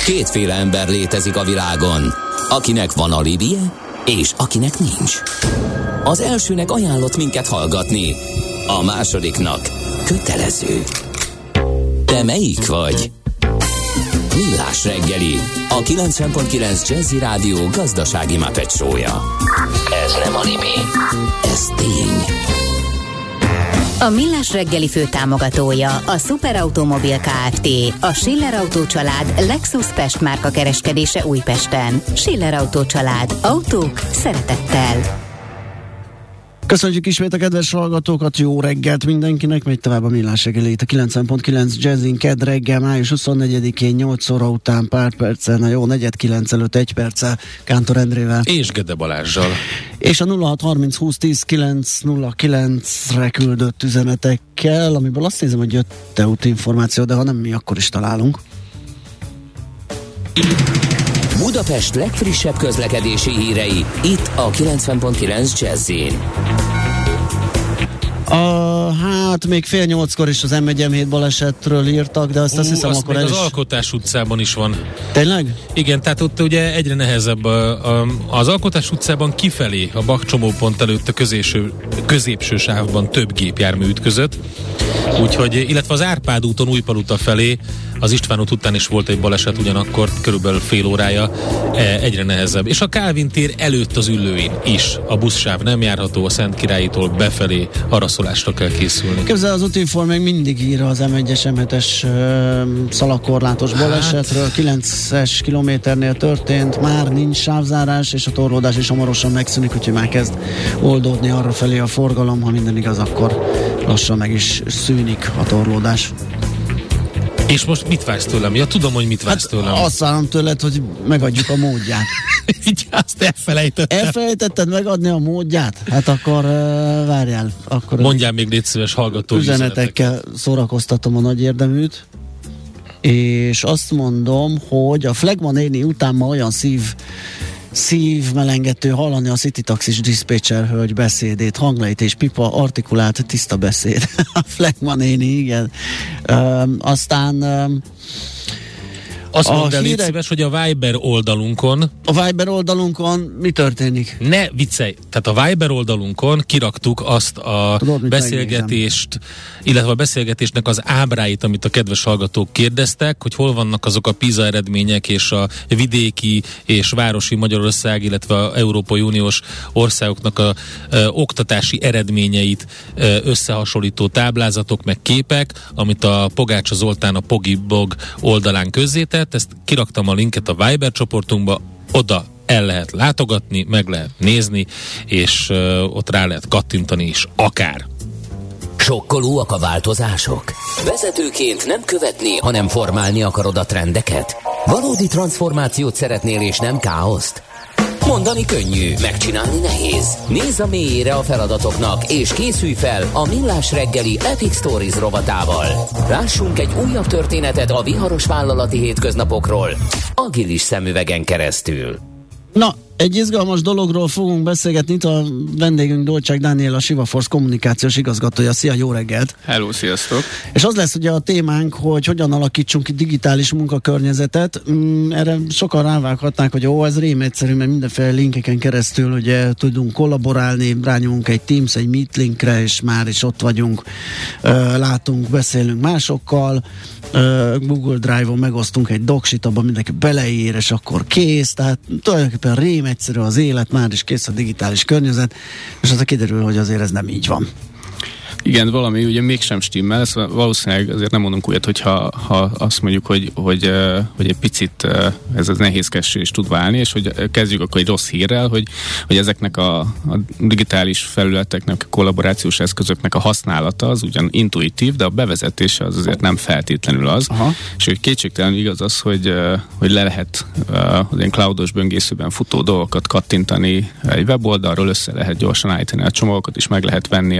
Kétféle ember létezik a világon, akinek van alibije, és akinek nincs. Az elsőnek ajánlott minket hallgatni, a másodiknak kötelező. Te melyik vagy? Millás reggeli, a 90.9 Jazzy Rádió gazdasági Muppet show-ja. Ez nem anime, ez tény. A Millás reggeli főtámogatója a Superautomobil Kft. A Schiller Autó család Lexus Pest márka kereskedése Újpesten. Schiller Autó család. Autók szeretettel. Köszönjük ismét a kedves hallgatókat, jó reggelt mindenkinek, megy tovább a Millás reggeli itt a 90.9 Jazzin, kedd reggel, május 24-én 8 óra után pár perccel, na jó, 8:45 előtt 1 perccel Kántor Endrével. És Gede Balázssal. És a 0630 20 10 909-re küldött üzenetekkel, amiből azt nézem, hogy jött-e útinformáció, de ha nem, mi akkor is találunk. Budapest legfrissebb közlekedési hírei, itt a 90.9 Jazzin. Hát még 7:30-kor is az M1-M7 balesetről írtak, de azt hiszem azt akkor még el az is... Alkotás utcában is van. Tényleg? Igen, tehát ott ugye egyre nehezebb az Alkotás utcában kifelé, a Bach csomópont előtt a középső sávban több gépjármű ütközött. Úgyhogy, illetve az Árpád úton Újpalota felé, az István út után is volt egy baleset ugyanakkor, körülbelül fél órája, egyre nehezebb. És a Kálvin tér előtt az Üllőin is a buszsáv nem járható, a Szentkirálytól befelé araszolásra kell készülni. Képzel, az útinform még mindig ír az M1-es, M7-es szalakorlátos balesetről, 9-es kilométernél történt, már nincs sávzárás, és a torlódás is hamarosan megszűnik, úgyhogy már kezd oldódni arra felé a forgalom, ha minden igaz, akkor lassan meg is szűnik a torlódás. És most mit vársz tőlem? Ja, tudom, hogy mit vársz tőlem. Azt várom tőled, hogy megadjuk a módját. Így azt elfelejtettem. Elfelejtetted megadni a módját? Hát akkor várjál. Akkor mondjál még, légy szíves, hallgató üzenetekkel szórakoztatom a nagy érdeműt. És azt mondom, hogy a Flegma néni után ma olyan szívmelengető hallani a City Taxis diszpécser hölgy beszédét, hanglejtés, pipa, artikulált, tiszta beszéd. A Flegma néni, igen. Aztán azt mondd el, légy szíves, hogy a Viber oldalunkon... A Viber oldalunkon mi történik? Ne viccelj! Tehát a Viber oldalunkon kiraktuk azt a beszélgetést, illetve a beszélgetésnek az ábráit, amit a kedves hallgatók kérdeztek, hogy hol vannak azok a PISA eredmények és a vidéki és városi Magyarország, illetve a Európai Uniós országoknak a oktatási eredményeit összehasonlító táblázatok, meg képek, amit a Pogácsa Zoltán a Pogi blog oldalán közzétett. Ezt kiraktam a linket a Viber csoportunkba, oda el lehet látogatni, meg lehet nézni, és ott rá lehet kattintani is, akár. Sokkolóak a változások? Vezetőként nem követni, hanem formálni akarod a trendeket? Valódi transformációt szeretnél, és nem káoszt? Mondani könnyű, megcsinálni nehéz. Nézz a mélyére a feladatoknak, és készülj fel a Millás reggeli Epic Stories rovatával. Lássunk egy újabb történetet a viharos vállalati hétköznapokról, agilis szemüvegen keresztül. Na, egy izgalmas dologról fogunk beszélgetni. Itt a vendégünk Dolcsák Dániel, a Sivaforce kommunikációs igazgatója. Szia, jó reggelt! Hello, sziasztok! És az lesz ugye a témánk, hogy hogyan alakítsunk digitális munkakörnyezetet. Erre sokan rávághatnák, hogy ez rém egyszerű, mert mindenféle linkeken keresztül ugye tudunk kollaborálni, rányomunk egy Teams, egy Meet linkre, és már is ott vagyunk, látunk, beszélünk másokkal, Google Drive-on megosztunk egy docsit, abban mindenki beleír, és akkor kész, tehát tulajdonképpen rém egyszerű az élet, már is kész a digitális környezet, és aztán kiderül, hogy azért ez nem így van. Igen, valami ugye mégsem stimmel, ez valószínűleg azért nem mondunk újat, hogyha azt mondjuk, hogy egy picit ez az nehézkessé is tud válni, és hogy kezdjük akkor egy rossz hírrel, hogy ezeknek a digitális felületeknek, a kollaborációs eszközöknek a használata az ugyan intuitív, de a bevezetése az azért nem feltétlenül az. Aha. És hogy kétségtelenül igaz az, hogy le lehet az ilyen cloudos böngészőben futó dolgokat kattintani egy weboldalról, össze lehet gyorsan állítani a csomagokat, és meg lehet venni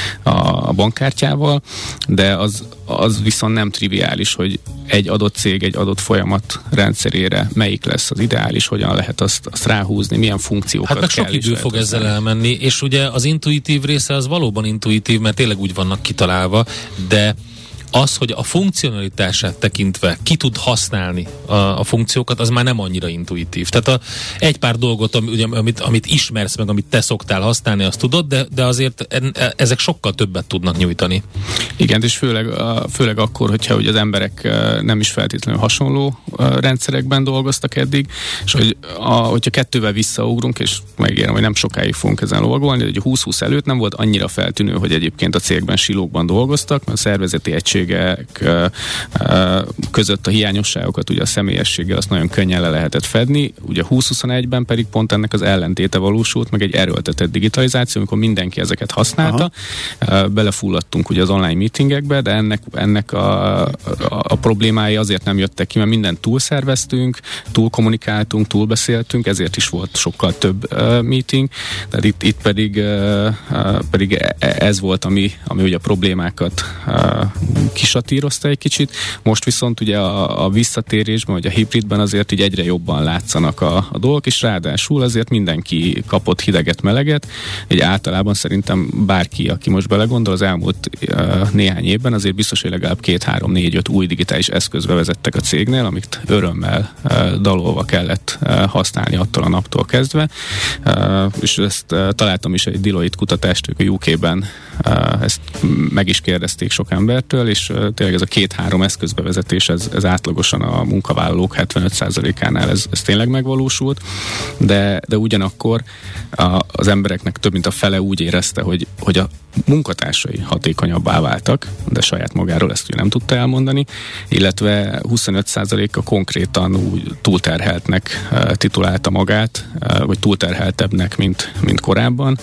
a bankkártyával, de az viszont nem triviális, hogy egy adott cég, egy adott folyamat rendszerére melyik lesz az ideális, hogyan lehet azt ráhúzni, milyen funkciókat hát meg kell. sok idő fog ezzel elmenni, és ugye az intuitív része az valóban intuitív, mert tényleg úgy vannak kitalálva, de az, hogy a funkcionalitását tekintve ki tud használni a funkciókat, az már nem annyira intuitív. Tehát egy pár dolgot, amit ismersz meg, amit te szoktál használni, azt tudod, de azért ezek sokkal többet tudnak nyújtani. Igen, és főleg akkor, hogyha ugye az emberek nem is feltétlenül hasonló rendszerekben dolgoztak eddig, és hogyha kettővel visszaugrunk, és megígérem, hogy nem sokáig fogunk ezen lovagolni, hogy a 2020 előtt nem volt annyira feltűnő, hogy egyébként a cégben silókban dolgoztak, mert a szervezeti egységek között a hiányosságokat ugye a személyességgel azt nagyon könnyen le lehetett fedni, ugye 2021-ben pedig pont ennek az ellentéte valósult, meg egy erőltetett digitalizáció, amikor mindenki ezeket használta. Belefulladtunk ugye az online meetingekbe, de ennek a problémái azért nem jöttek ki, mert mindent túlszerveztünk, túl kommunikáltunk, túl beszéltünk, ezért is volt sokkal több meeting, de itt pedig ez volt, ami ugye a problémákat kisatírozta egy kicsit. Most viszont ugye a visszatérésben, vagy a hibridben azért így egyre jobban látszanak a dolgok, és ráadásul azért mindenki kapott hideget, meleget. Egy általában szerintem bárki, aki most belegondol, az elmúlt néhány évben azért biztos, hogy legalább 2-3-4-5 új digitális eszköz bevezettek a cégnél, amit örömmel dalolva kellett használni attól a naptól kezdve. És ezt találtam is egy Deloitte kutatást, ők a UK-ben ezt meg is kérdezték sok embertől, és tényleg ez a 2-3 eszközbevezetés, ez átlagosan a munkavállalók 75%-ánál ez tényleg megvalósult, de ugyanakkor az embereknek több mint a fele úgy érezte, hogy a munkatársai hatékonyabbá váltak, de saját magáról ezt ugye nem tudta elmondani, illetve 25%-a konkrétan úgy túlterheltnek titulálta magát, vagy túlterheltebbnek, mint korábban,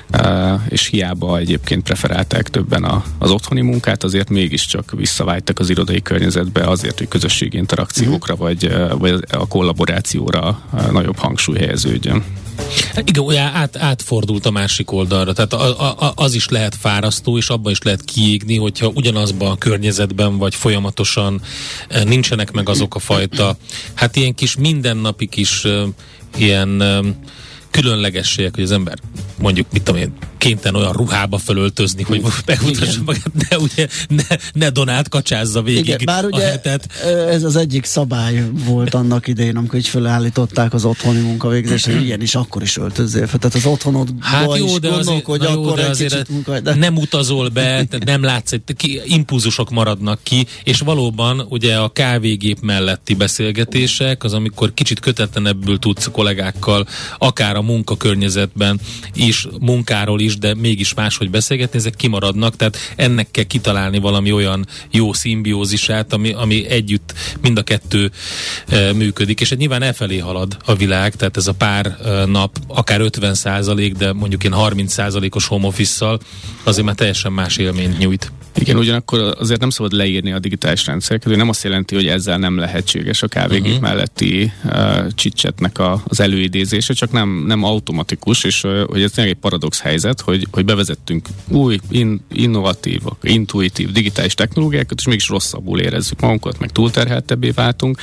és hiába egyébként preferálták többen az otthoni munkát, azért mégiscsak visszavágytak az irodai környezetbe azért, hogy közösségi interakciókra, vagy a kollaborációra nagyobb hangsúly helyeződjön. Igen, ugye átfordult a másik oldalra, tehát az is lehet fárasztó, és abban is lehet kiégni, hogyha ugyanazban a környezetben vagy folyamatosan nincsenek meg azok a fajta, hát ilyen kis mindennapi kis ilyen különlegességek, hogy az ember mondjuk, mit tudom én, kénytelen olyan ruhába fölöltözni, hogy megmutassa magát, de ugye ne Donát kacsázza végig. Igen, bár ugye hetet. Ez az egyik szabály volt annak idején, amikor így fölállították az otthoni munkavégzésre, hogy igenis akkor is öltözzél fel. Tehát az otthonodban is gondolkodj, akkor egy kicsit munka. De nem utazol be, nem látsz, impulzusok maradnak ki, és valóban ugye a kávégép melletti beszélgetések, az amikor kicsit kötetlenebbül tudsz kollégákkal, akár a munkakörnyezetben is, munkáról is, de mégis máshogy beszélgetni, ezek kimaradnak, tehát ennek kell kitalálni valami olyan jó szimbiózisát, ami együtt mind a kettő működik, és nyilván elfelé halad a világ, tehát ez a pár nap, akár 50%, de mondjuk ilyen 30%-os home office-szal azért már teljesen más élményt nyújt. Igen, ugyanakkor azért nem szabad leírni a digitális rendszereket, nem azt jelenti, hogy ezzel nem lehetséges a kávégép melletti chit-chatnek az előidézése, csak nem automatikus, és hogy ez tényleg egy paradox helyzet, hogy bevezettünk új, innovatív, intuitív digitális technológiákat, és mégis rosszabbul érezzük magunkat, meg túlterheltebbé váltunk,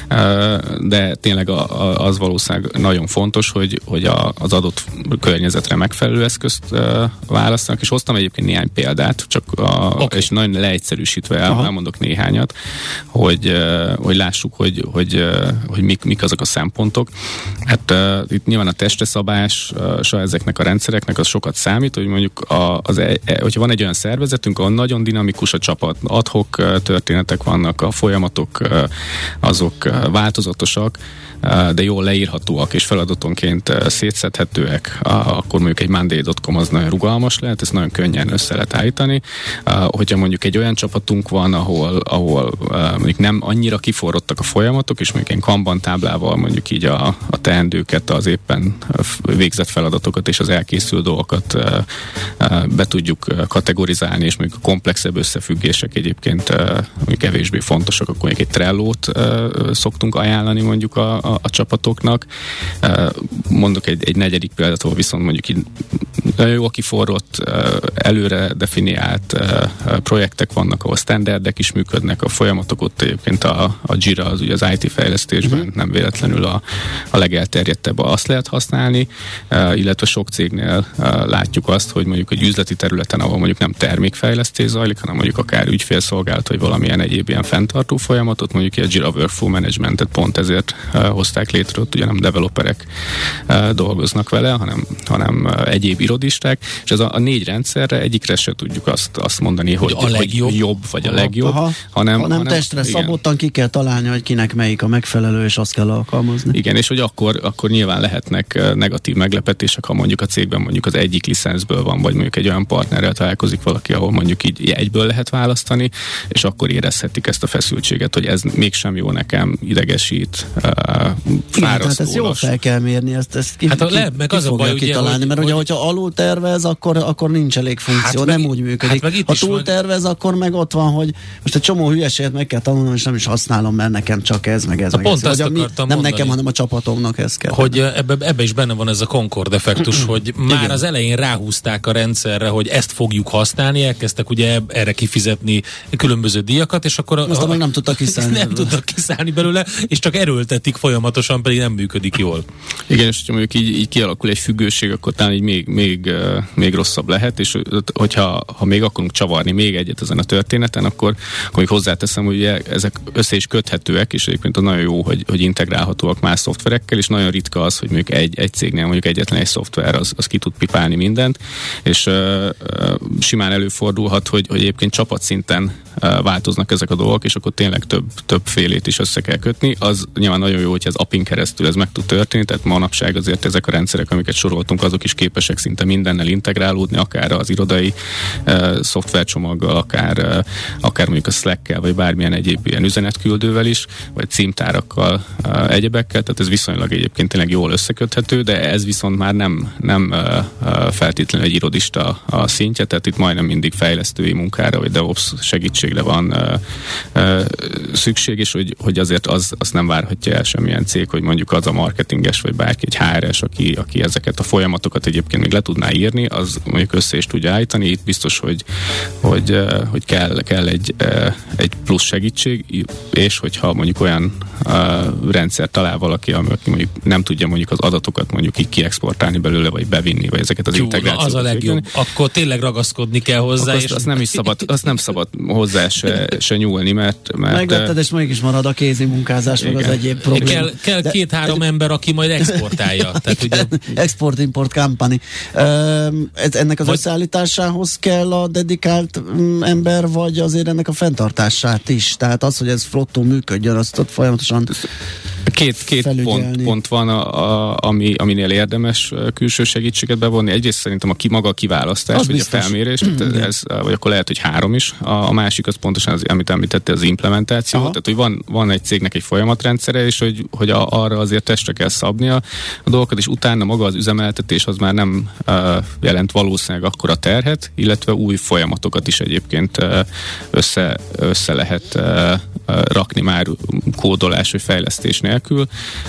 de tényleg az valószínűleg nagyon fontos, hogy az adott környezetre megfelelő eszközt választanak, és hoztam egyébként néhány példát, csak és nagyon leegyszerűsítve elmondok néhányat, hogy lássuk, hogy mik azok a szempontok. Hát itt nyilván a testre szabása ezeknek a rendszereknek az sokat számít, hogy mondjuk hogyha van egy olyan szervezetünk, ahol nagyon dinamikus a csapat, ad hoc történetek vannak, a folyamatok azok változatosak, de jól leírhatóak és feladatonként szétszedhetőek, akkor mondjuk egy monday.com az nagyon rugalmas lehet, ezt nagyon könnyen össze lehet állítani. Hogyha mondjuk egy olyan csapatunk van, ahol mondjuk nem annyira kiforrottak a folyamatok, és mondjuk egy Kanban táblával mondjuk így a teendőket, az éppen végzett feladatokat és az elkészült dolgokat be tudjuk kategorizálni, és mondjuk a komplexebb összefüggések egyébként mondjuk kevésbé fontosak, akkor mondjuk egy Trello-t szoktunk ajánlani mondjuk a csapatoknak. Mondok egy negyedik példát, ahol viszont mondjuk így nagyon jó kiforrott, előre definiált projektek vannak, ahol standardek is működnek, a folyamatok ott egyébként a Jira, az ugye az IT fejlesztésben nem véletlenül a legelterjedtebb, azt lehet használni, illetve sok cégnél látjuk azt, hogy mondjuk egy üzleti területen, ahol mondjuk nem termékfejlesztés zajlik, hanem mondjuk akár ügyfélszolgálat, vagy valamilyen egyéb ilyen fenntartó folyamatot, mondjuk a Jira Workflow Managementet pont ezért hozták létre, ott ugye nem developerek dolgoznak vele, hanem egyéb irodisták, és ez a 4 rendszerre egyikre se tudjuk azt mondani, hogy a legjobb, jobb, vagy a legjobb, hanem testre szabottan ki kell találni, hogy kinek melyik a megfelelő, és azt kell alkalmazni. Igen, és hogy akkor nyilván lehetnek negatív meglepetések, ha mondjuk a cégben mondjuk az egyik licenszből van, vagy mondjuk egy olyan partnerrel találkozik valaki, ahol mondjuk így egyből lehet választani, és akkor érezhetik ezt a feszültséget, hogy ez mégsem jó nekem, idegesít, fárasztó. Tehát ezt jól fel kell mérni, ezt ki fogja kitalálni, mert ugye, hogyha alul tervez, akkor nincs elég funkció, nem úgy működik. Ha túl tervez, akkor meg ott van, hogy most egy csomó hülyeséget meg kell tanulnom, és nem is használom, mert nekem csak ez, meg ez, meg pont ez. Nem mondani, nekem, hanem a csapatomnak ez kell. Hogy ebbe is benne van ez a Concord effektus, hogy már az elején ráhúzták a rendszerre, hogy ezt fogjuk használni, elkezdtek ugye erre kifizetni különböző díjakat, és akkor aztán meg nem tudtak kiszállni. Nem tudtak kiszállni belőle, és csak erőltetik folyamatosan, pedig nem működik jól. Igen, és mondjuk így kialakul egy függőség, akkor talán így még rosszabb lehet, és hogyha még akarunk csavarni még egyet ezen a történeten, akkor még hozzáteszem, hogy ugye ezek össze is köthetőek, és egyébként az nagyon jó, hogy integrálhatóak más szoftverekkel, és nagyon ritka az, hogy mondjuk egy cégnél mondjuk egyetlen egy szoftver az ki tud pipálni mindent, és simán előfordulhat, hogy egyébként csapatszinten változnak ezek a dolgok, és akkor tényleg többfélét is össze kell kötni. Az nyilván nagyon jó, hogy ez API-n keresztül ez meg tud történni, tehát manapság azért ezek a rendszerek, amiket soroltunk, azok is képesek szinte mindennel integrálódni, akár az irodai szoftvercsomaggal, akár mondjuk a Slack-kel, vagy bármilyen egyéb ilyen üzenetküldővel is, vagy címtárakkal, egyebekkel, tehát ez viszonylag egyébként tényleg jól összeköthető, de ez viszont már nem feltétlenül egy irodista a szintje, tehát itt majdnem mindig fejlesztői munkára, vagy DevOps segítségre van szükség, és hogy azért azt nem várhatja el semmilyen cég, hogy mondjuk az a marketinges, vagy bárki egy HR-es, aki ezeket a folyamatokat egyébként még le tudná írni, az mondjuk össze is tudja állítani. Itt biztos, hogy kell egy plusz segítség, és hogyha mondjuk olyan rendszer talál valaki, aki mondjuk nem tudja mondjuk az adatokat mondjuk így kiexportálni belőle, vagy bevinni, vagy ezeket az integrációkat. Az a legjobb. Akkor tényleg ragaszkodni kell hozzá. És azt nem szabad hozzá se nyúlni, mert megvetted, és mégis marad a kézi munkázás, meg az egyéb probléma. Kell 2-3 ember, aki majd exportálja. Tehát ugye... Export-import company. Ennek az összeállításához kell a dedikált ember, vagy azért ennek a fenntartását is? Tehát az, hogy ez flottó működjön, azt ott folyamatosan Két pont van, aminél érdemes külső segítséget bevonni. Egyrészt szerintem maga a kiválasztás, vagy a felmérés, vagy akkor lehet, hogy 3 is. A másik az pontosan, amit említette, az implementáció. Aha. Tehát, hogy van egy cégnek egy folyamatrendszere, és hogy arra azért testre kell szabnia a dolgokat, és utána maga az üzemeltetés az már nem jelent valószínűleg akkora terhet, illetve új folyamatokat is egyébként össze lehet rakni már kódolás vagy fejlesztés nélkül,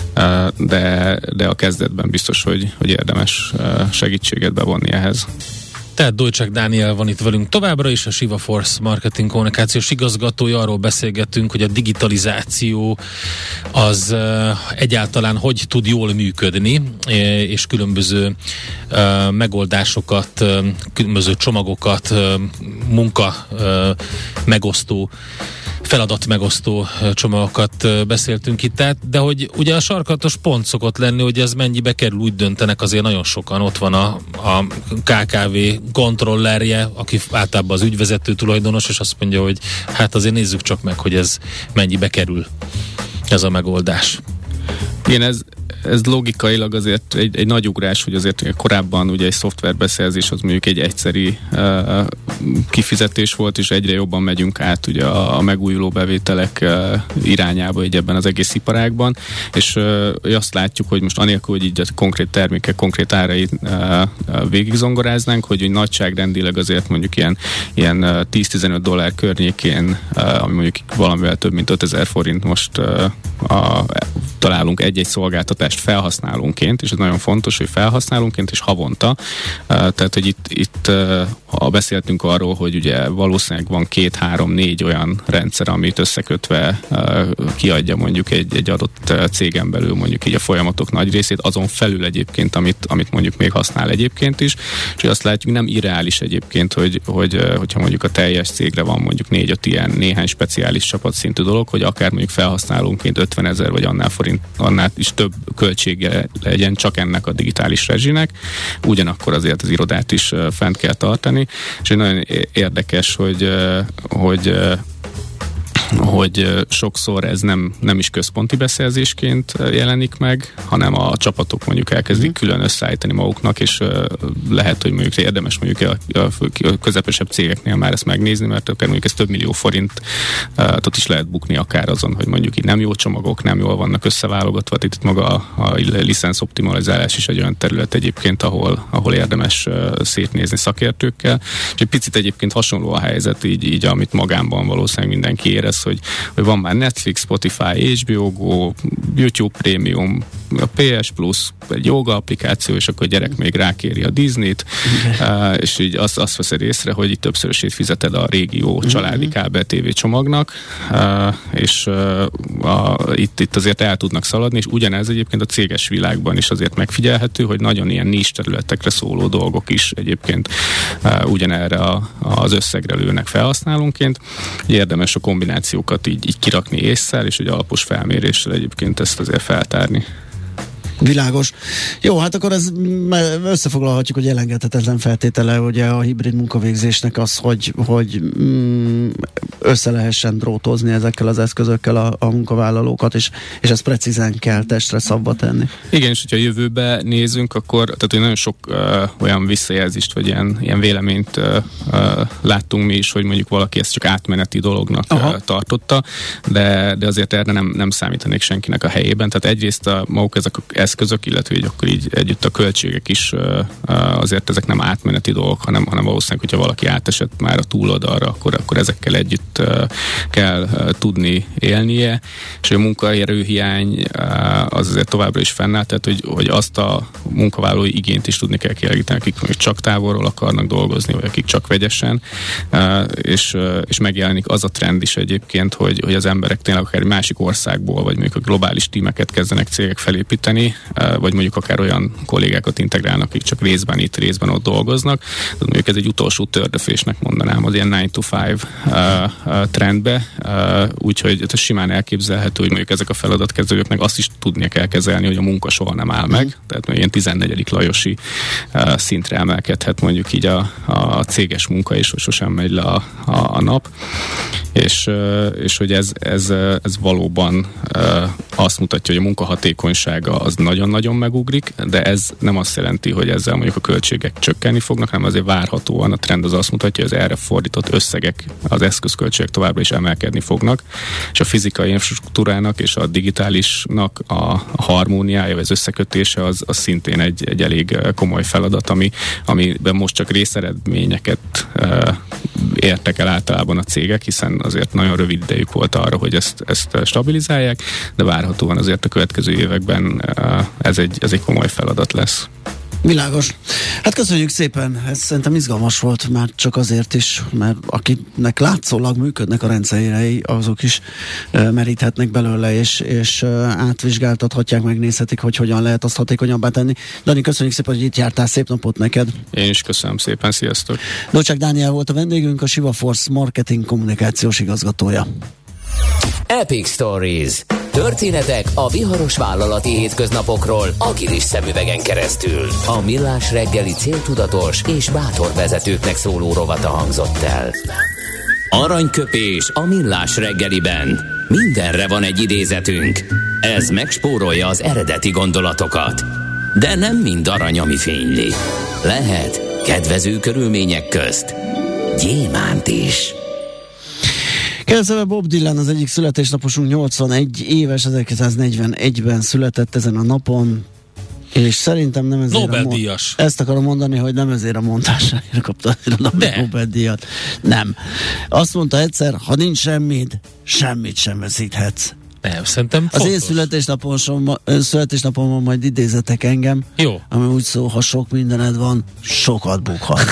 de a kezdetben biztos, hogy érdemes segítséget bevonni ehhez. Tehát Dojcsák Dániel van itt velünk továbbra is, a Shiva Force marketing kommunikációs igazgatója. Arról beszélgettünk, hogy a digitalizáció az egyáltalán hogy tud jól működni, és különböző megoldásokat, különböző csomagokat, munka megosztó, feladat megosztó csomagokat beszéltünk itt, de hogy ugye a sarkalatos pont szokott lenni, hogy ez mennyibe kerül, úgy döntenek azért nagyon sokan. Ott van a KKV kontrollerje, aki általában az ügyvezető tulajdonos, és azt mondja, hogy hát azért nézzük csak meg, hogy ez mennyibe kerül, ez a megoldás. Igen, ez logikailag azért egy nagy ugrás, hogy azért korábban ugye egy szoftverbeszerzés az mondjuk egy egyszeri kifizetés volt, és egyre jobban megyünk át ugye a megújuló bevételek irányába így ebben az egész iparágban, és azt látjuk, hogy most anélkül, hogy így a konkrét termékek, konkrét árait végigzongoráznánk, hogy nagyságrendileg azért mondjuk ilyen $10-15 környékén, ami mondjuk valamivel több mint 5000 forint most találunk egy-egy szolgáltatást felhasználónként, és ez nagyon fontos, hogy felhasználónként és havonta. Tehát, hogy itt ha beszéltünk arról, hogy ugye valószínűleg van 2, 3, 4 olyan rendszer, amit összekötve kiadja mondjuk egy adott cégen belül mondjuk így a folyamatok nagy részét, azon felül egyébként, amit mondjuk még használ egyébként is, és azt látjuk, nem irreális egyébként, hogyha mondjuk a teljes cégre van mondjuk 4-5 ilyen néhány speciális csapatszintű dolog, hogy akár mondjuk felhasználónként 50 000 vagy annál is több költsége legyen csak ennek a digitális rezsinek, ugyanakkor azért az irodát is fent kell tartani, és nagyon érdekes, hogy sokszor ez nem is központi beszerzésként jelenik meg, hanem a csapatok mondjuk elkezdik külön összeállítani maguknak, és lehet, hogy mondjuk érdemes mondjuk a közepesebb cégeknél már ezt megnézni, mert akár mondjuk ez több millió forintot is lehet bukni akár azon, hogy mondjuk így nem jó csomagok, nem jól vannak összeválogatva, itt maga a licensz optimalizálás is egy olyan terület egyébként, ahol érdemes szétnézni szakértőkkel, és egy picit egyébként hasonló a helyzet, így amit magánban valószínűleg mindenki érez, hogy van már Netflix, Spotify, HBO Go, YouTube Premium, a PS Plus, egy joga applikáció, és akkor a gyerek még rákéri a Disney-t, és így azt veszed észre, hogy itt többszörösét fizeted a régió családi kábel TV csomagnak, és itt azért el tudnak szaladni, és ugyanez egyébként a céges világban is azért megfigyelhető, hogy nagyon ilyen niche területekre szóló dolgok is egyébként ugyanerre az összegre lőnek felhasználónként. Érdemes a kombinációkat így kirakni ésszel, és egy alapos felméréssel egyébként ezt azért feltárni. Világos. Jó, hát akkor ez összefoglalhatjuk, hogy elengedhetetlen feltétele ugye a hibrid munkavégzésnek az, hogy össze lehessen drótozni ezekkel az eszközökkel a munkavállalókat, és ezt precízen kell testre szabva tenni. Igen, és hogyha a jövőbe nézünk, akkor tehát, hogy nagyon sok olyan visszajelzést, vagy ilyen véleményt láttunk mi is, hogy mondjuk valaki ezt csak átmeneti dolognak tartotta, de azért erre nem számítanék senkinek a helyében. Tehát egyrészt maguk ezek eszközök, illetve így akkor így együtt a költségek is azért ezek nem átmeneti dolgok, hanem valószínűleg, hogyha valaki átesett már a túloldalra, akkor ezekkel együtt kell tudni élnie, és a munkaerőhiány az azért továbbra is fennáll, tehát hogy azt a munkavállalói igényt is tudni kell kielégíteni, akik mondjuk csak távolról akarnak dolgozni, vagy akik csak vegyesen, és megjelenik az a trend is egyébként, hogy az emberek tényleg akár egy másik országból, vagy mondjuk a globális tímeket kezdenek cégek felépíteni, vagy mondjuk akár olyan kollégákat integrálnak, akik csak részben itt, részben ott dolgoznak. Tehát mondjuk ez egy utolsó tördöfésnek mondanám az ilyen 9 to 5 trendbe, úgyhogy ez simán elképzelhető, hogy mondjuk ezek a feladatkezelőknek azt is tudnia kell kezelni, hogy a munka soha nem áll meg, tehát ilyen 14. Lajosi szintre emelkedhet mondjuk így a céges munka is, hogy sosem megy le a nap, és hogy ez valóban azt mutatja, hogy a munkahatékonysága az nagyon-nagyon megugrik, de ez nem azt jelenti, hogy ezzel mondjuk a költségek csökkenni fognak, hanem azért várhatóan a trend az azt mutatja, hogy az erre fordított összegek, az eszközköltségek továbbra is emelkedni fognak, és a fizikai infrastruktúrának és a digitálisnak a harmóniája, vagy az összekötése az szintén egy elég komoly feladat, amiben most csak részeredményeket értek el általában a cégek, hiszen azért nagyon rövid idejük volt arra, hogy ezt stabilizálják, de várhatóan azért a következő években ez egy komoly feladat lesz. Világos. Hát köszönjük szépen, ez szerintem izgalmas volt, már csak azért is, mert akinek látszólag működnek a rendszerei, azok is meríthetnek belőle, és átvizsgáltathatják, megnézhetik, hogy hogyan lehet azt hatékonyabbá tenni. Dani, köszönjük szépen, hogy itt jártál, szép napot neked. Én is köszönöm szépen, sziasztok. Dócsák Dániel volt a vendégünk, a Siva Force marketing kommunikációs igazgatója. Epic Stories. Történetek a viharos vállalati hétköznapokról agilis szemüvegen keresztül. A Millás reggeli céltudatos és bátor vezetőknek szóló rovata hangzott el. Aranyköpés a Millás reggeliben. Mindenre van egy idézetünk. Ez megspórolja az eredeti gondolatokat. De nem mind arany, ami fényli. Lehet kedvező körülmények közt gyémánt is. Kezdve Bob Dylan, az egyik születésnaposunk, 81 éves, 1941-ben született ezen a napon, és szerintem nem ezért Nobel-díjas. Ezt akarom mondani, hogy nem ezért a mondásáért kapta a Nobel-díjat. Nem. Azt mondta egyszer, ha nincs semmit sem veszíthetsz. Nem, szerintem az én születésnapomon majd idézetek engem. Jó. Ami úgy szól, ha sok mindened van, sokat bukhat.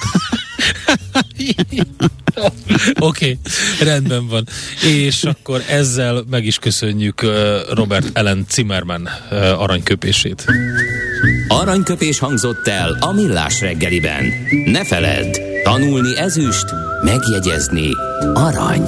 Oké, rendben van. És akkor ezzel meg is köszönjük Robert Allen Zimmermann aranyköpését. Aranyköpés hangzott el a Millás reggeliben. Ne feledd, tanulni ezüst, megjegyezni arany.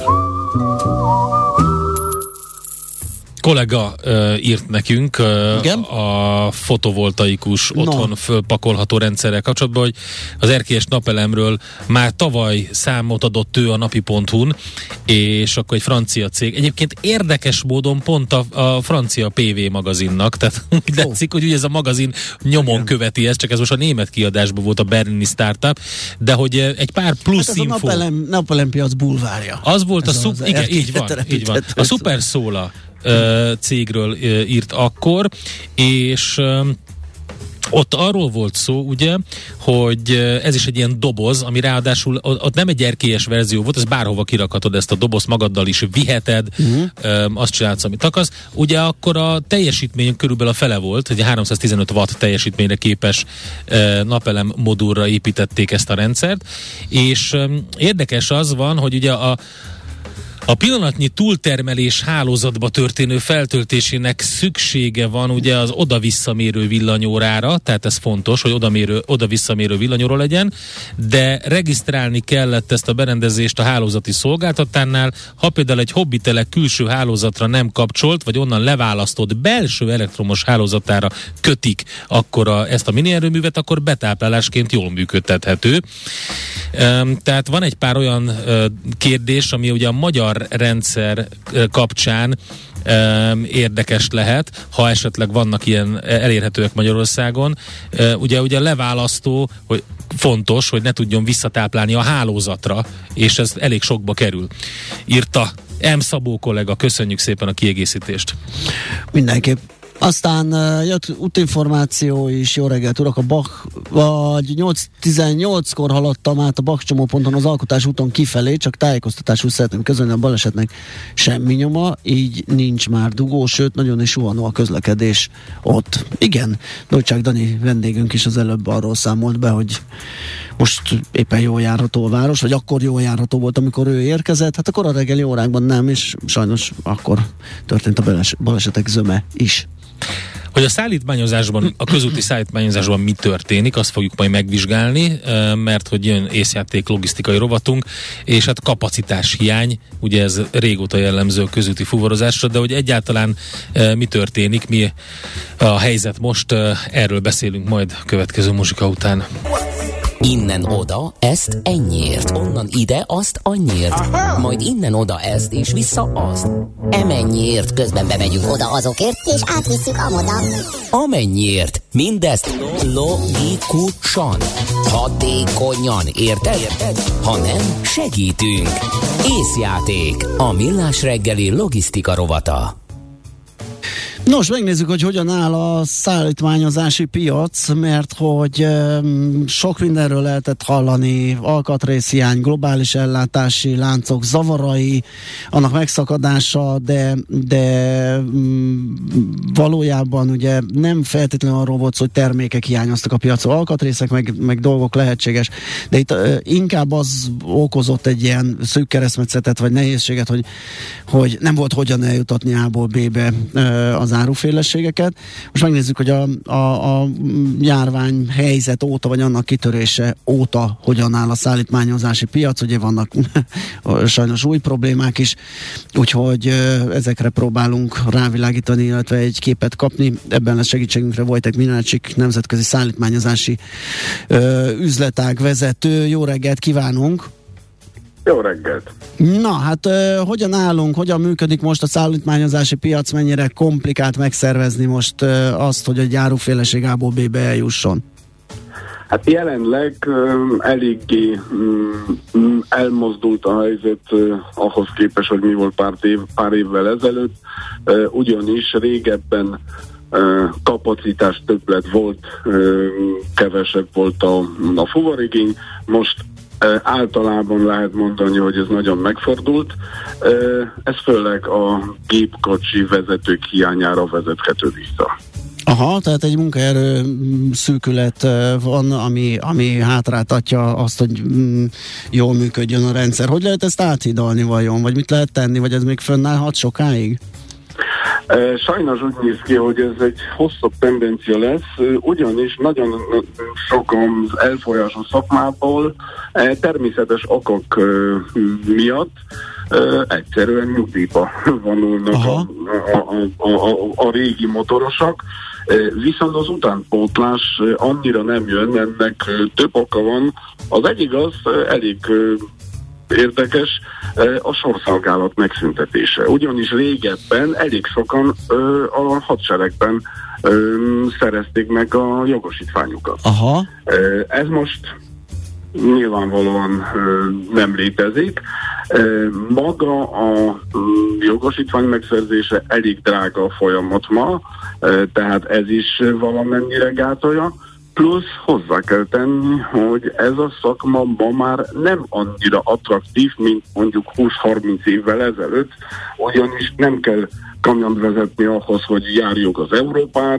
Kollega írt nekünk a fotovoltaikus otthon fölpakolható rendszerrel kapcsolatban, hogy az erkélyes napelemről már tavaly számot adott ő a napi.hu-n, és akkor egy francia cég. Egyébként érdekes módon pont a francia PV magazinnak, tehát úgy látszik, hogy ugye ez a magazin nyomon követi ezt, csak ez most a német kiadásban volt a berlini startup, de hogy egy pár plusz hát info. a napelem-piac bulvárja. Az volt igen, így van. A Supersola cégről írt akkor, és ott arról volt szó, ugye, hogy ez is egy ilyen doboz, ami ráadásul ott nem egy erkélyes verzió volt, ez bárhova kirakhatod ezt a dobozt, magaddal is viheted, azt csinálsz, amit akarsz. Ugye akkor a teljesítmény körülbelül a fele volt, hogy 315 watt teljesítményre képes napelem modulra építették ezt a rendszert, és érdekes az van, hogy ugye a pillanatnyi túltermelés hálózatba történő feltöltésének szüksége van ugye az oda-visszamérő villanyórára, tehát ez fontos, hogy oda-visszamérő villanyóra legyen, de regisztrálni kellett ezt a berendezést a hálózati szolgáltatánál, ha például egy hobbitelek külső hálózatra nem kapcsolt, vagy onnan leválasztott belső elektromos hálózatára kötik akkor ezt a minierőművet, akkor betáplálásként jól működtethető. Tehát van egy pár olyan kérdés, ami ugye a magyar rendszer kapcsán érdekes lehet, ha esetleg vannak ilyen elérhetőek Magyarországon. Ugye a leválasztó, hogy fontos, hogy ne tudjon visszatáplálni a hálózatra, és ez elég sokba kerül. Írta M. Szabó kollega, köszönjük szépen a kiegészítést. Mindenképp. Aztán jött útinformáció is, jó reggelt urak, a Bach, vagy 8:18-kor haladtam át a Bach csomóponton az Alkotás úton kifelé, csak tájékoztatásul szeretném közölni, a balesetnek semmi nyoma, így nincs már dugó, sőt, nagyon is suhanó a közlekedés ott. Igen, Dolcsák Dani vendégünk is az előbb arról számolt be, hogy most éppen jól járható a város, vagy akkor jól járható volt, amikor ő érkezett, hát akkor a reggeli órákban nem, és sajnos akkor történt a balesetek zöme is. Hogy a szállítmányozásban, a közúti szállítmányozásban mi történik, azt fogjuk majd megvizsgálni, mert hogy jön észjáték logisztikai rovatunk, és hát kapacitás hiány, ugye ez régóta jellemző a közúti fuvarozásra, de hogy egyáltalán mi történik, mi a helyzet most, erről beszélünk majd a következő muzsika után. Innen oda, ezt ennyiért, onnan ide, azt annyiért, majd innen oda ezt, és vissza azt. Emennyiért, közben bemegyünk oda azokért, és átvisszük amoda. Amennyiért, mindezt logikusan, hatékonyan, érted? Ha nem, segítünk. Észjáték, a Millás reggeli logisztika rovata. Nos, megnézzük, hogy hogyan áll a szállítmányozási piac, mert hogy sok mindenről lehetett hallani, alkatrészhiány, globális ellátási láncok zavarai, annak megszakadása, de valójában ugye nem feltétlenül arról volt szó, hogy termékek hiányoztak a piacon, alkatrészek meg dolgok lehetséges, de itt inkább az okozott egy ilyen szűk keresztmetszetet, vagy nehézséget, hogy nem volt hogyan eljutatni A-ból B-be az áruféleségeket. Most megnézzük, hogy a járvány helyzet óta, vagy annak kitörése óta hogyan áll a szállítmányozási piac. Ugye vannak sajnos új problémák is, úgyhogy ezekre próbálunk rávilágítani, illetve egy képet kapni. Ebben lesz segítségünkre Wojtek Minácsik, nemzetközi szállítmányozási üzletág vezető. Jó reggelt kívánunk! Jó reggelt! Na, hát hogyan állunk, hogyan működik most a szállítmányozási piac, mennyire komplikált megszervezni most azt, hogy egy áruféleség A-ból B-be eljusson? Hát jelenleg eléggé elmozdult a helyzet ahhoz képest, hogy mi volt pár évvel ezelőtt, ugyanis régebben kapacitás többlet volt, kevesebb volt a fuvarigény, most Általában lehet mondani, hogy ez nagyon megfordult. Ez főleg a gépkocsi vezetők hiányára vezethető vissza. Aha, tehát egy munkaerő szűkület van, ami hátráltatja azt, hogy jól működjön a rendszer. Hogy lehet ezt áthidalni vajon? Vagy mit lehet tenni? Vagy ez még fönnállhat sokáig? Sajnos úgy néz ki, hogy ez egy hosszabb tendencia lesz, ugyanis nagyon sok az elfolyás a szakmából természetes okok miatt egyszerűen nyugdíjba vonulnak a régi motorosok, viszont az utánpótlás annyira nem jön, ennek több oka van. Az egyik az elég érdekes, a sorszolgálat megszüntetése. Ugyanis régebben elég sokan a hadseregben szerezték meg a jogosítványukat. Aha. Ez most nyilvánvalóan nem létezik. Maga a jogosítvány megszerzése elég drága a folyamat ma, tehát ez is valamennyire gátolja. Plusz hozzá kell tenni, hogy ez a szakma ma már nem annyira attraktív, mint mondjuk 20-30 évvel ezelőtt, ugyanis nem kell kamiont vezetni ahhoz, hogy járjuk az Európát,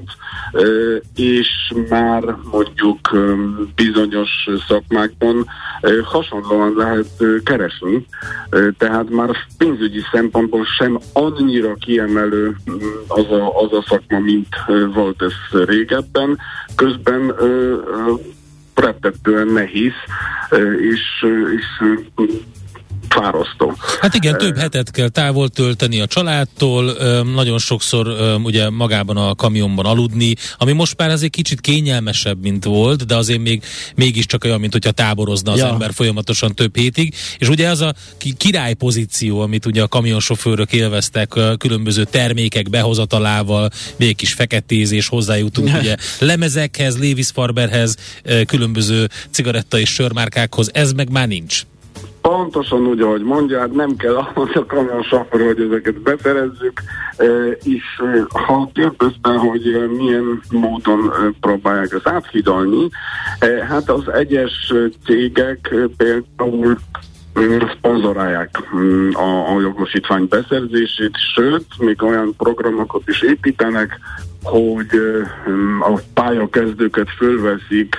és már mondjuk bizonyos szakmákban hasonlóan lehet keresni, tehát már pénzügyi szempontból sem annyira kiemelő az a szakma, mint volt ez régebben. Közben rettetően nehéz, és fárasztó. Hát igen, több hetet kell távol tölteni a családtól, nagyon sokszor ugye magában a kamionban aludni, ami most már azért kicsit kényelmesebb, mint volt, de azért mégiscsak olyan, mint hogyha táborozna az ember folyamatosan több hétig. És ugye az a király pozíció, amit ugye a kamionsofőrök élveztek, különböző termékek behozatalával, még egy kis feketézés, hozzájutunk ugye lemezekhez, Levis Farberhez, különböző cigaretta és sörmárkákhoz, ez meg már nincs. Pontosan úgy, ahogy mondja, hát nem kell ahhoz a kamionsofőr, hogy ezeket beszerezzük, és ha kérdezte, hogy milyen módon próbálják ezt áthidalni, hát az egyes cégek például szponzorálják a jogosítvány beszerzését, sőt, még olyan programokat is építenek, hogy a pályakezdőket fölveszik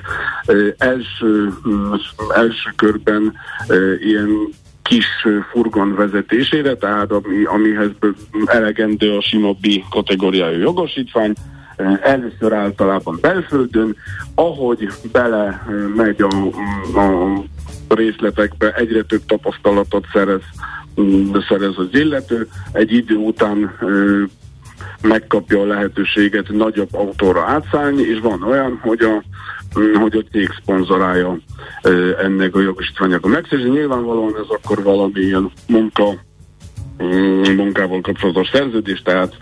első körben ilyen kis furgon vezetésére, tehát amihez elegendő a sima B kategóriájú jogosítvány, először általában belföldön, ahogy bele megy a részletekbe, egyre több tapasztalatot szerez az illető, egy idő után megkapja a lehetőséget nagyobb autóra átszállni, és van olyan, hogy a cég szponzorálja ennek a jogosítványnak a megszerzését. Nyilvánvalóan ez akkor valamilyen munkával kapcsolatos szerződés, tehát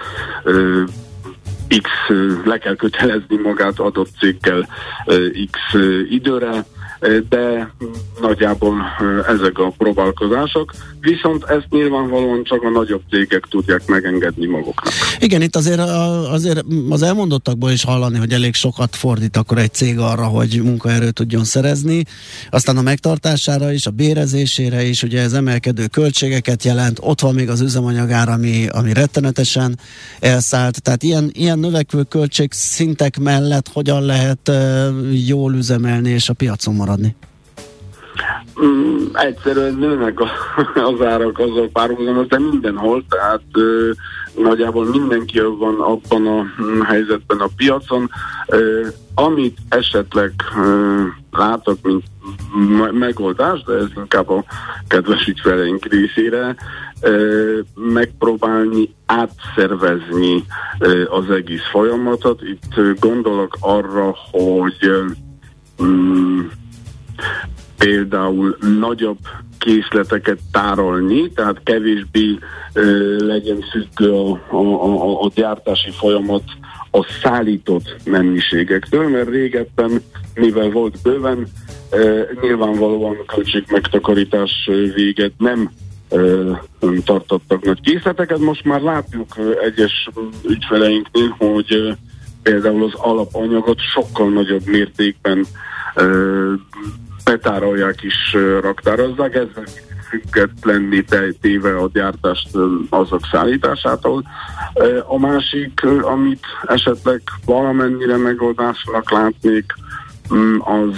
X le kell kötelezni magát adott cégkel X időre, de nagyjából ezek a próbálkozások, viszont ezt nyilvánvalóan csak a nagyobb cégek tudják megengedni maguknak. Igen, itt azért az elmondottakból is hallani, hogy elég sokat fordít akkor egy cég arra, hogy munkaerőt tudjon szerezni, aztán a megtartására is, a bérezésére is, ugye ez emelkedő költségeket jelent, ott van még az üzemanyagár, ami rettenetesen elszállt, tehát ilyen növekvő költségszintek mellett hogyan lehet jól üzemelni és a piacon maradni? Egyszerűen nőnek az árak azzal párhuzamosan, de mindenhol, tehát nagyjából mindenki van abban a helyzetben a piacon. Amit esetleg látok, mint megoldás, de ez inkább a kedves ügyfeleink részére, megpróbálni átszervezni az egész folyamatot. Itt gondolok arra, hogy például nagyobb készleteket tárolni, tehát kevésbé legyen függő a gyártási folyamat a szállított mennyiségektől, mert régebben, mivel volt bőven, nyilvánvalóan költségmegtakarítás véget nem tartottak nagy készleteket. Most már látjuk egyes ügyfeleinknél, hogy például az alapanyagot sokkal nagyobb mértékben betárolják is, raktározzák, ez függetlenné téve a gyártást azok szállításától. A másik, amit esetleg valamennyire megoldásnak látnék, az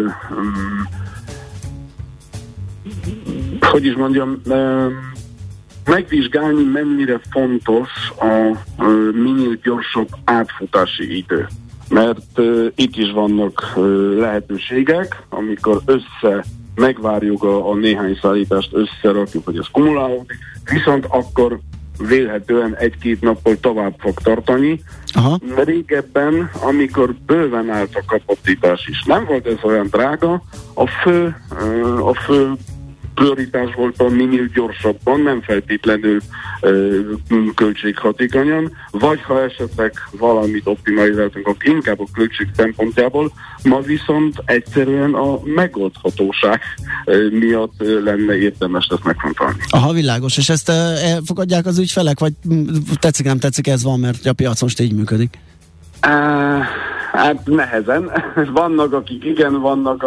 hogy is mondjam, megvizsgálni, mennyire fontos a minél gyorsabb átfutási idő. Mert itt is vannak lehetőségek, amikor megvárjuk a néhány szállítást, összerakjuk, hogy ez kumulálódik, viszont akkor vélhetően 1-2 nappal tovább fog tartani. Aha. Régebben, amikor bőven állt a kapacitás is, nem volt ez olyan drága, a fő prioritás volt a minél gyorsabban, nem feltétlenül költséghatékonyan, vagy ha esetleg valamit optimalizáltunk, akkor inkább a költség szempontjából, ma viszont egyszerűen a megoldhatóság miatt lenne érdemes ezt megfontolni. Aha, világos. És ezt elfogadják az ügyfelek, vagy tetszik, nem tetszik, ez van, mert a piac most így működik? Hát nehezen. Vannak, akik igen, vannak,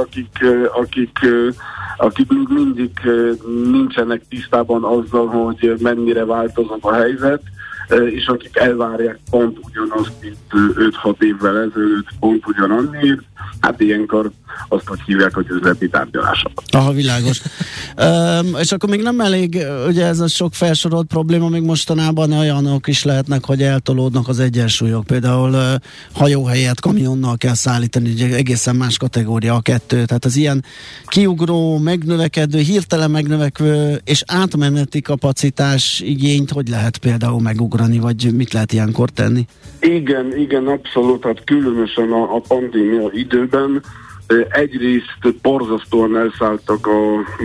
akik mindig nincsenek tisztában azzal, hogy mennyire változott a helyzet, és akik elvárják pont ugyanazt, mint 5-6 évvel ezelőtt, pont ugyanannyiért, hát ilyenkor azt, hogy hívják, hogy üzleti tárgyalások. Aha, világos. És akkor még nem elég, ugye ez a sok felsorolt probléma, még mostanában olyanok is lehetnek, hogy eltolódnak az egyensúlyok. Például hajó helyett kamionnal kell szállítani, ugye egészen más kategória a kettő. Tehát az ilyen kiugró, megnövekedő, hirtelen megnövekvő és átmeneti kapacitás igényt hogy lehet például megugrani, vagy mit lehet ilyenkor tenni? Igen, abszolút. Hát különösen a pandémia időben egyrészt borzasztóan elszálltak a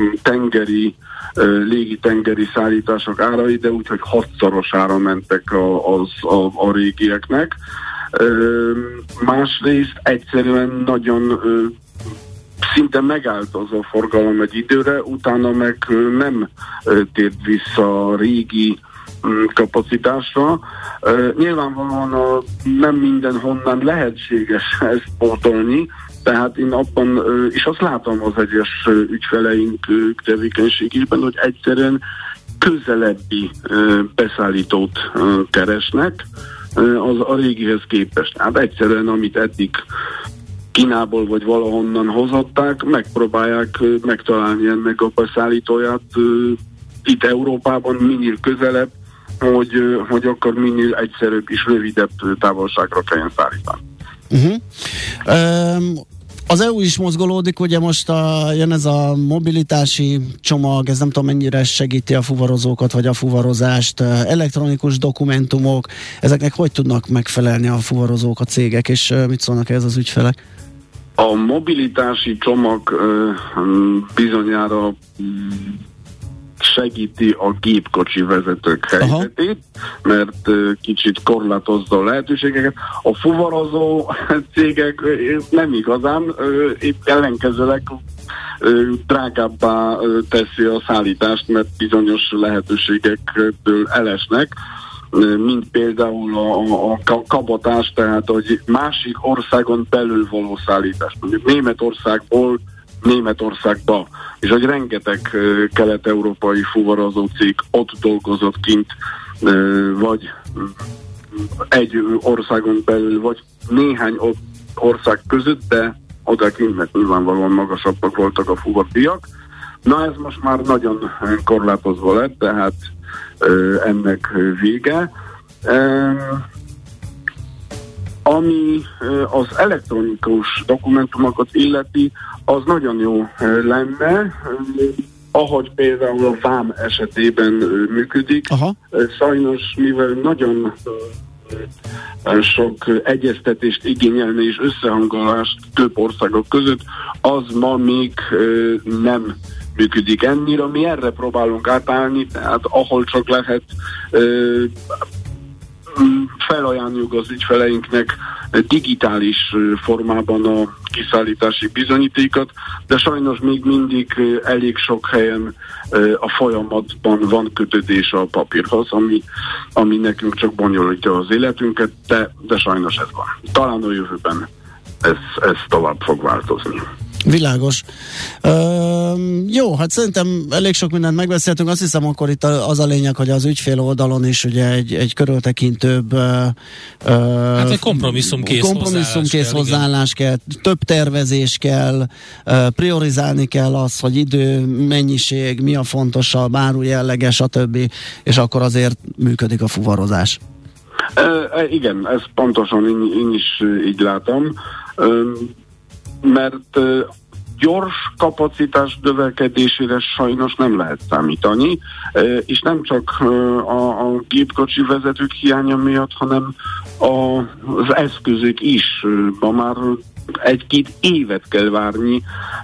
légi-tengeri szállítások árai, de úgyhogy 6-szorosára mentek a régieknek. Másrészt egyszerűen nagyon szinte megállt az a forgalom egy időre, utána meg nem tért vissza a régi kapacitásra. Nyilvánvalóan nem mindenhonnan lehetséges ezt pótolni, tehát én abban, és azt látom az egyes ügyfeleink tevékenységében, hogy egyszerűen közelebbi beszállítót keresnek az a régihez képest. Hát egyszerűen, amit eddig Kínából vagy valahonnan hozották, megpróbálják megtalálni ennek a beszállítóját itt Európában minél közelebb, hogy akkor minél egyszerűbb és rövidebb távolságra kelljen szállítani. Az EU is mozgolódik, ugye most jön ez a mobilitási csomag, ez nem tudom mennyire segíti a fuvarozókat, vagy a fuvarozást, elektronikus dokumentumok, ezeknek hogy tudnak megfelelni a fuvarozók, a cégek, és mit szólnak ez az ügyfelek? A mobilitási csomag bizonyára segíti a gépkocsi vezetők helyzetét, mert kicsit korlátozza a lehetőségeket. A fuvarozó cégek nem igazán, épp ellenkezőleg drágábbá teszi a szállítást, mert bizonyos lehetőségektől elesnek, mint például a kabotás, tehát hogy másik országon belül való szállítás. Mondjuk Németországból Németországba, és hogy rengeteg kelet-európai fuvarozó cég ott dolgozott kint, vagy egy országon belül, vagy néhány ország között, de odakint, mert nyilvánvalóan magasabbak voltak a fuvardiak. Na ez most már nagyon korlátozva lett, tehát ennek vége. Ami az elektronikus dokumentumokat illeti, az nagyon jó lenne, ahogy például a vám esetében működik. Aha. Sajnos, mivel nagyon sok egyeztetést igényelne és összehangolást több országok között, az ma még nem működik ennyire. Mi erre próbálunk átállni, tehát ahol csak lehet felajánljuk az ügyfeleinknek digitális formában a kiszállítási bizonyítékat, de sajnos még mindig elég sok helyen a folyamatban van kötődés a papírhoz, ami nekünk csak bonyolítja az életünket, de sajnos ez van. Talán a jövőben ez tovább fog változni. Világos. Jó, hát szerintem elég sok mindent megbeszéltünk. Azt hiszem, akkor itt az a lényeg, hogy az ügyfél oldalon is ugye egy körültekintőbb hát egy kompromisszumkész hozzáállás kell, több tervezés kell, priorizálni kell az, hogy idő, mennyiség, mi a fontosabb, áru jellege, stb. És akkor azért működik a fuvarozás. Igen, ezt pontosan én is így látom. Mert gyors kapacitás növekedésére sajnos nem lehet számítani, és nem csak a gépkocsi vezetők hiánya miatt, hanem az eszközök is. Ma már 1-2 évet kell várni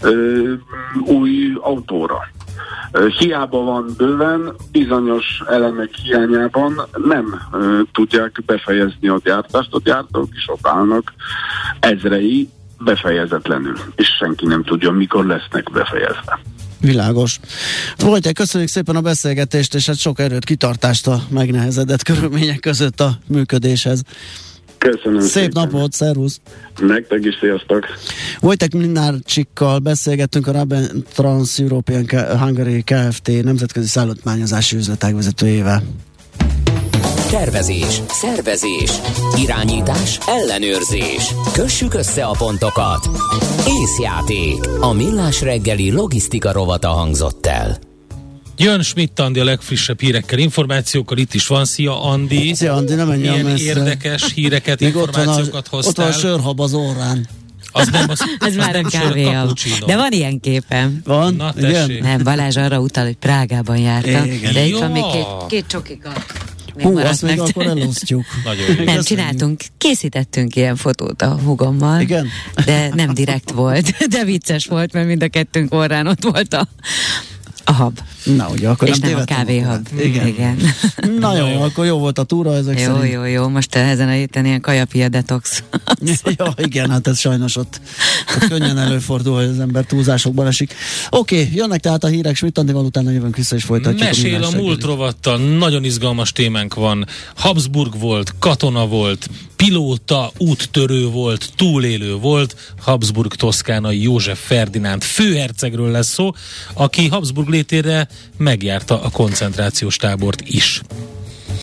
új autóra. Hiába van bőven, bizonyos elemek hiányában nem tudják befejezni a gyártást, a gyártók is ott állnak ezrei, befejezetlenül, és senki nem tudja, mikor lesznek befejezve. Világos. Vojtek, köszönjük szépen a beszélgetést, és hát sok erőt, kitartást a megnehezedett körülmények között a működéshez. Köszönöm Szép napot, szervusz! Nektek is, sziasztok! Vojtek Mlynárcsikkal beszélgettünk, a Raben Trans-European Hungary Kft. Nemzetközi szállítmányozási üzletágvezetőjével. Tervezés, szervezés, irányítás, ellenőrzés. Kössük össze a pontokat. Észjáték. A Millás reggeli logisztika rovata hangzott el. Jön Schmidt Andi a legfrissebb hírekkel, információkkal, itt is van. Szia Andi! Szia Andi, nem menj milyen messze. Érdekes híreket, információkat hoztál. Ott van a sörhab az órán. Az már a kávéhab. De van ilyen képem. Van? Na, igen? Nem, Balázs arra utal, hogy Prágában jártam. Igen. De itt van még két csokika. Azt még akkor elosztjuk. Nagyon jó. Nem, készítettünk ilyen fotót a hugommal. Igen? De nem direkt volt, de vicces volt, mert mind a kettőnk orrán ott volt a hab. Na, ugye, akkor és nem a kávéhab. Igen. Na jó, akkor jó volt a túra ezek szerint. Jó. Most ezen a héten ilyen kajapia detox. Ja, igen, hát ez sajnos ott könnyen előfordul, hogy az ember túlzásokban esik. Oké, jönnek tehát a hírek, Schmidt Andival, utána jövünk vissza és folytatjuk. Mesél a múlt rovattal, nagyon izgalmas témánk van. Habsburg volt, katona volt, pilóta, úttörő volt, túlélő volt, Habsburg-Toszkánai József Ferdinánd főhercegről lesz szó, aki Habsburg létére megjárta a koncentrációs tábort is.